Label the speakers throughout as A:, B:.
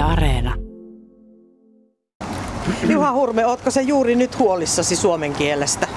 A: Areena.
B: Juha Hurme, ootko sä juuri nyt huolissasi suomen kielestä?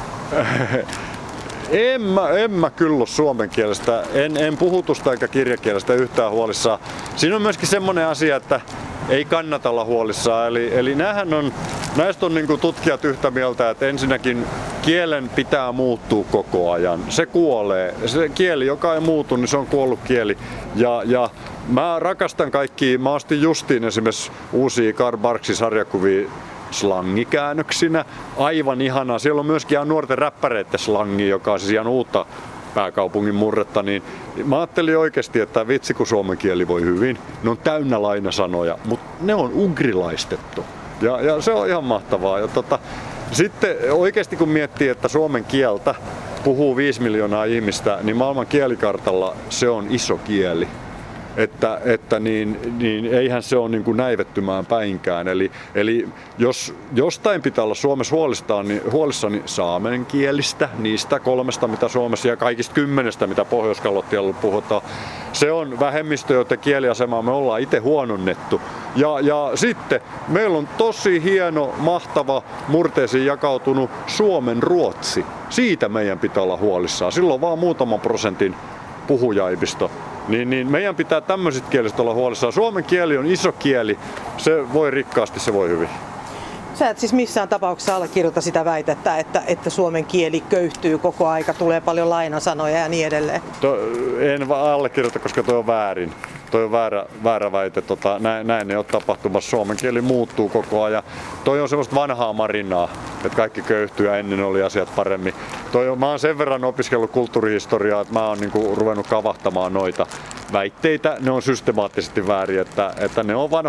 C: En mä kyllä ole suomen kielestä, en puhutusta eikä kirjakielestä yhtään huolissaan. Siinä on myöskin semmoinen asia, että ei kannata olla huolissaan. Eli näistä on niin tutkijat yhtä mieltä, että ensinnäkin kielen pitää muuttua koko ajan. Se kuolee. Se kieli, joka ei muutu, niin se on kuollut kieli. Ja mä rakastan kaikkia. Mä ostin justiin esimerkiksi uusia Karl Barksin sarjakuvia slangikäännöksinä. Aivan ihanaa. Siellä on myöskin ihan nuorten räppäreiden slangi, joka on siis ihan uutta pääkaupungin murretta. Niin mä ajattelin oikeasti, että vitsi kun suomen kieli voi hyvin. Ne on täynnä lainasanoja, mutta ne on ugrilaistettu. Ja se on ihan mahtavaa. Sitten oikeasti kun miettii, että suomen kieltä puhuu 5 miljoonaa ihmistä, niin maailman kielikartalla se on iso kieli. Että eihän se ole niin kuin näivettymään päinkään. Eli jos jostain pitää olla Suomessa huolissaan saamen kielistä, niistä 3, mitä Suomessa ja kaikista 10, mitä Pohjois-Kalottialla puhutaan. Se on vähemmistö, joiden kieliasemaa me ollaan itse huononnettu. Ja sitten meillä on tosi hieno, mahtava, murteisiin jakautunut Suomen ruotsi. Siitä meidän pitää olla huolissaan. Silloin vaan muutaman prosentin puhujaivisto. Niin meidän pitää tämmöiset kielestä olla huolissaan. Suomen kieli on iso kieli. Se voi rikkaasti, se voi hyvin.
B: Sä et siis missään tapauksessa allekirjoita sitä väitettä, että suomen kieli köyhtyy koko aika, tulee paljon lainasanoja ja niin edelleen?
C: En allekirjoita, koska toi on väärin. Toi on väärä väite. Näin ei ole tapahtumassa. Suomen kieli muuttuu koko ajan. Toi on semmoista vanhaa marinaa, että kaikki köyhtyy ja ennen oli asiat paremmin. Mä oon sen verran opiskellut kulttuurihistoriaa, että mä oon niinku ruvennut kavahtamaan noita väitteitä. Ne on systemaattisesti väärin, että ne on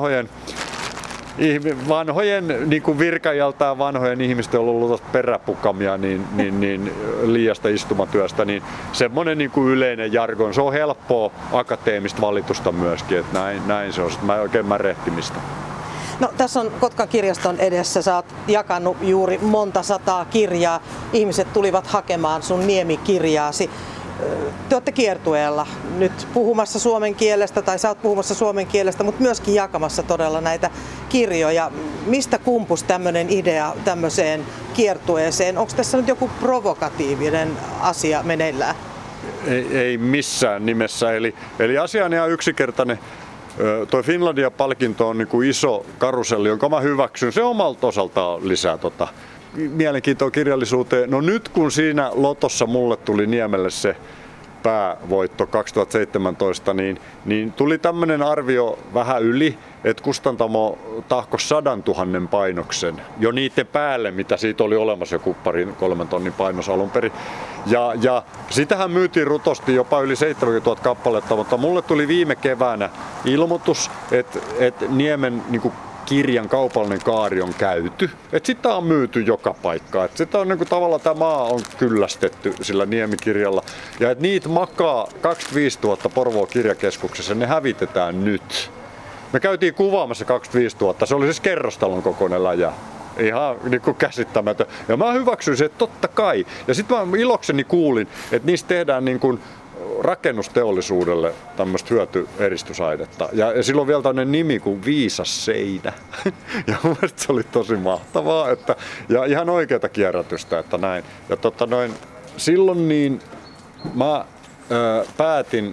C: vanhojen niin kuin virkajaltaan vanhojen ihmisten on ollut peräpukamia niin liiasta istumatyöstä, niin semmoinen niin kuin yleinen jargon, se on helppoa akateemista valitusta myöskin, että näin se on, mä en oikein märehtimistä.
B: No, tässä on Kotkan kirjaston edessä, sä oot jakanut juuri monta sataa kirjaa, ihmiset tulivat hakemaan sun Niemi-kirjaasi. Te olette kiertueella nyt puhumassa suomen kielestä, tai sä oot puhumassa suomen kielestä, mutta myöskin jakamassa todella näitä kirjoja. Mistä kumpus tämmöinen idea tämmöiseen kiertueeseen? Onko tässä nyt joku provokatiivinen asia meneillään?
C: Ei missään nimessä. Eli asia on ihan yksinkertainen. Toi Finlandia-palkinto on niin kuin iso karuselli, jonka mä hyväksyn. Se omalta osaltaan lisää mielenkiintoa kirjallisuuteen. No nyt kun siinä lotossa mulle tuli Niemelle se päävoitto 2017, niin tuli tämmöinen arvio vähän yli, että kustantamo tahkos 100 000 painoksen jo niiden päälle, mitä siitä oli olemassa joku 2-3 tonnin painos alun perin. Ja sitähän myytiin rutosti jopa yli 70 000 kappaletta, mutta mulle tuli viime keväänä ilmoitus, että Niemen niin kirjan kaupallinen kaari on käyty. Että sitä on myyty joka paikkaan. Että sitä on niin kuin tavallaan tämä maa on kyllästetty sillä Niemi-kirjalla. Ja että niitä makaa 25 000 Porvoon kirjakeskuksessa, ne hävitetään nyt. Me käytiin kuvaamassa 25 000, se oli siis kerrostalon kokoinen läjä. Ihan niin kuin käsittämätön. Ja mä hyväksyin sen, että totta kai. Ja sitten mä ilokseni kuulin, että niistä tehdään niin kuin rakennusteollisuudelle tämmöistä hyötyeristysainetta. Ja silloin vielä tämmöinen nimi kuin Viisas seinä. Ja mun mielestä se oli tosi mahtavaa. Ja ihan oikeata kierrätystä, että näin. Ja silloin niin mä päätin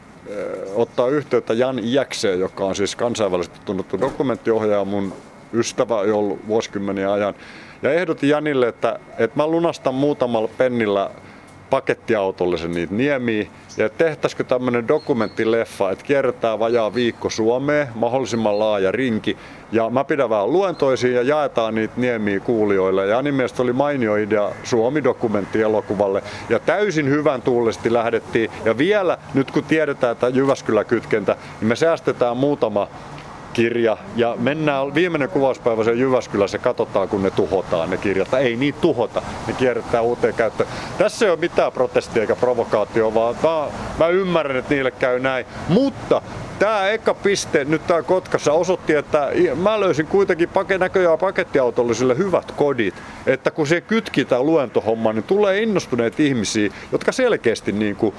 C: ottaa yhteyttä Jan Iäkseen, joka on siis kansainvälisesti tunnettu dokumenttiohjaaja, mun ystävä jo ollut vuosikymmeniä ajan. Ja ehdotin Janille, että mä lunastan muutamalla pennillä pakettiautollisen niitä niemiä. Ja tehtäisikö tämmönen dokumenttileffa, että kierretään vajaa viikko Suomeen, mahdollisimman laaja rinki. Ja mä pidän vähän luentoisia ja jaetaan niitä niemiä kuulijoille. Ja Janin mielestä oli mainio idea Suomi-dokumenttielokuvalle. Ja täysin hyvän tuulisesti lähdettiin. Ja vielä nyt kun tiedetään, että Jyväskylä-kytkentä, niin me säästetään muutama kirja ja mennään viimeinen kuvauspäivä sen Jyväskylässä ja katsotaan kun ne tuhotaan ne kirjat. Ei niitä tuhota, ne kierretään uuteen käyttöön. Tässä ei ole mitään protestia eikä provokaatio, vaan mä ymmärrän, että niille käy näin. Mutta tämä eka piste nyt tää Kotkassa osoitti, että mä löysin kuitenkin näköjään pakettiautollisille hyvät kodit. Että kun se kytki tää luentohomma, niin tulee innostuneita ihmisiä, jotka selkeästi niinku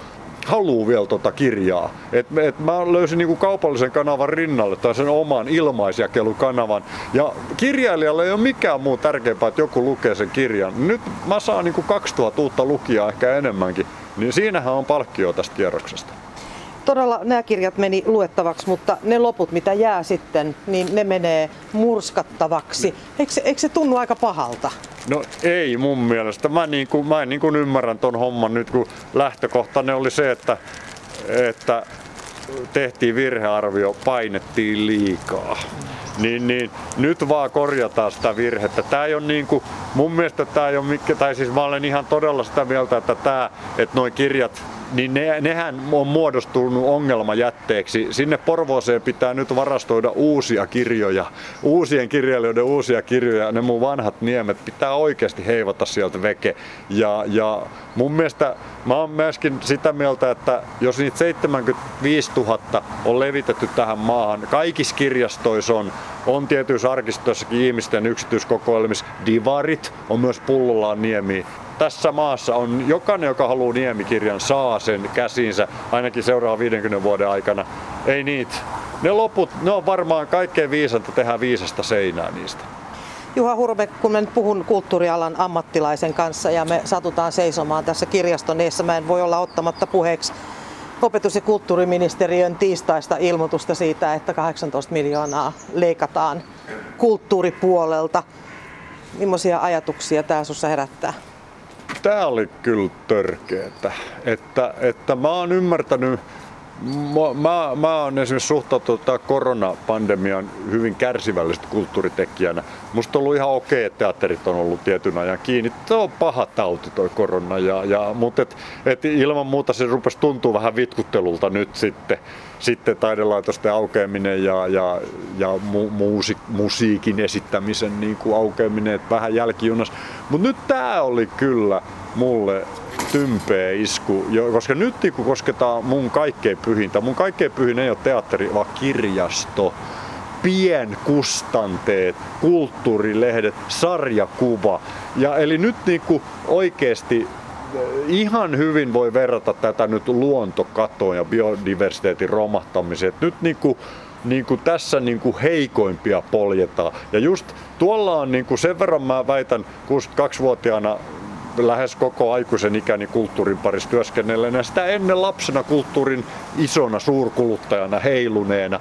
C: haluaa vielä tota kirjaa. Et mä löysin niinku kaupallisen kanavan rinnalle tai sen oman ilmaisjakelukanavan. Ja kirjailijalle ei ole mikään muu tärkeämpää, että joku lukee sen kirjan. Nyt mä saan niinku 2000 uutta lukijaa, ehkä enemmänkin. Niin siinähän on palkkio tästä kierroksesta.
B: Todella nämä kirjat meni luettavaksi, mutta ne loput, mitä jää sitten, niin ne menee murskattavaksi. Eikö se tunnu aika pahalta?
C: No ei mun mielestä. Mä en ymmärrän ton homman nyt, kun lähtökohtainen oli se, että tehtiin virhearvio, painettiin liikaa. Niin nyt vaan korjataan sitä virhettä. Tää ei ole mun mielestä tää ei ole siis mä olen ihan todella sitä mieltä, että noi kirjat, niin nehän on muodostunut ongelmajätteeksi. Sinne Porvooseen pitää nyt varastoida uusia kirjoja, uusien kirjailijoiden uusia kirjoja. Ne mun vanhat niemet pitää oikeasti heivata sieltä veke. Ja mun mielestä mä oon myöskin sitä mieltä, että jos niitä 75 000 on levitetty tähän maahan, kaikissa kirjastoissa on tietyissä arkistoissakin ihmisten yksityiskokoelmissa divarit, on myös Pullolaan niemiä. Tässä maassa on jokainen, joka haluaa niemikirjan, saa sen käsiinsä ainakin seuraavan 50 vuoden aikana. Ei niitä. Ne loput, ne on varmaan kaikkein viisanta tehdä viisasta seinää niistä.
B: Juha Hurme, kun mä nyt puhun kulttuurialan ammattilaisen kanssa ja me satutaan seisomaan tässä kirjaston eessä, mä en voi olla ottamatta puheeksi opetus- ja kulttuuriministeriön tiistaista ilmoitusta siitä, että 18 miljoonaa leikataan kulttuuripuolelta. Millaisia ajatuksia tää sussa herättää?
C: Tää oli kyllä törkeetä. Että mä oon ymmärtänyt, mä oon esimerkiksi suhtautunut tähän koronapandemiaan hyvin kärsivällisesti kulttuuritekijänä. Musta on ollut ihan okei, että teatterit on ollut tietyn ajan kiinni. Tämä on paha tauti toi korona, mutta ilman muuta se rupesi tuntua vähän vitkuttelulta nyt sitten taidelaitosten aukeaminen ja musiikin esittämisen niin kuin aukeaminen, että vähän jälkijunassa. Mutta nyt tää oli kyllä mulle tympeä isku, koska nyt kun kosketaan mun kaikkein pyhintä. Mun kaikkein pyhin ei ole teatteri, vaan kirjasto. Pienkustanteet, kulttuurilehdet, sarjakuva. Ja eli nyt niinku oikeesti ihan hyvin voi verrata tätä nyt luontokatoon ja biodiversiteetin romahtamiseen. Nyt niinku tässä niinku heikoimpia poljetaan. Ja just tuolla on niinku sen verran mä väitän 62-vuotiaana lähes koko aikuisen ikäni kulttuurin parissa työskennelleenä ja sitä ennen lapsena kulttuurin isona suurkuluttajana heiluneena.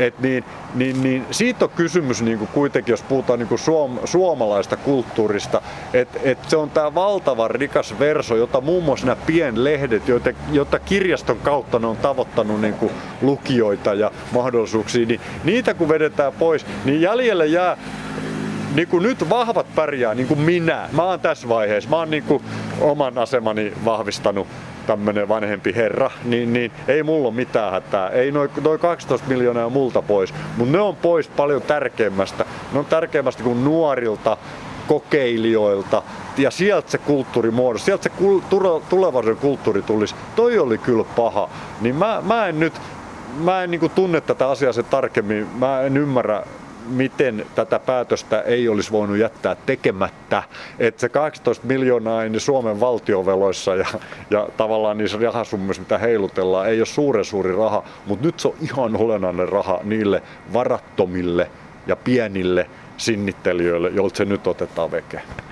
C: Niin siitä on kysymys niin kuin kuitenkin, jos puhutaan niin kuin suomalaista kulttuurista, että se on tää valtavan rikas verso, jota muun muassa nämä pienlehdet, joita kirjaston kautta ne on tavoittanut niin kuin lukijoita ja mahdollisuuksia, niin niitä kun vedetään pois, niin jäljelle jää niin kuin nyt vahvat pärjää, niin kuin minä. Mä oon tässä vaiheessa. Mä oon niin kuin oman asemani vahvistanut tämmönen vanhempi herra, niin ei mulla ole mitään hätää. Ei noin 12 miljoonaa multa pois, mutta ne on pois paljon tärkeimmästä. Ne on tärkeimmästä kuin nuorilta, kokeilijoilta ja sieltä se kulttuuri muodossa, sieltä se tulevaisuuden kulttuuri tulisi. Toi oli kyllä paha. Niin mä en niin kuin tunne tätä asiaa sen tarkemmin. Mä en ymmärrä, miten tätä päätöstä ei olisi voinut jättää tekemättä. Että se 18 miljoonaa ei Suomen valtioveloissa ja tavallaan niissä rahasummissa, mitä heilutellaan, ei ole suuren suuri raha, mutta nyt se on ihan olennainen raha niille varattomille ja pienille sinnittelijöille, joilta se nyt otetaan veke.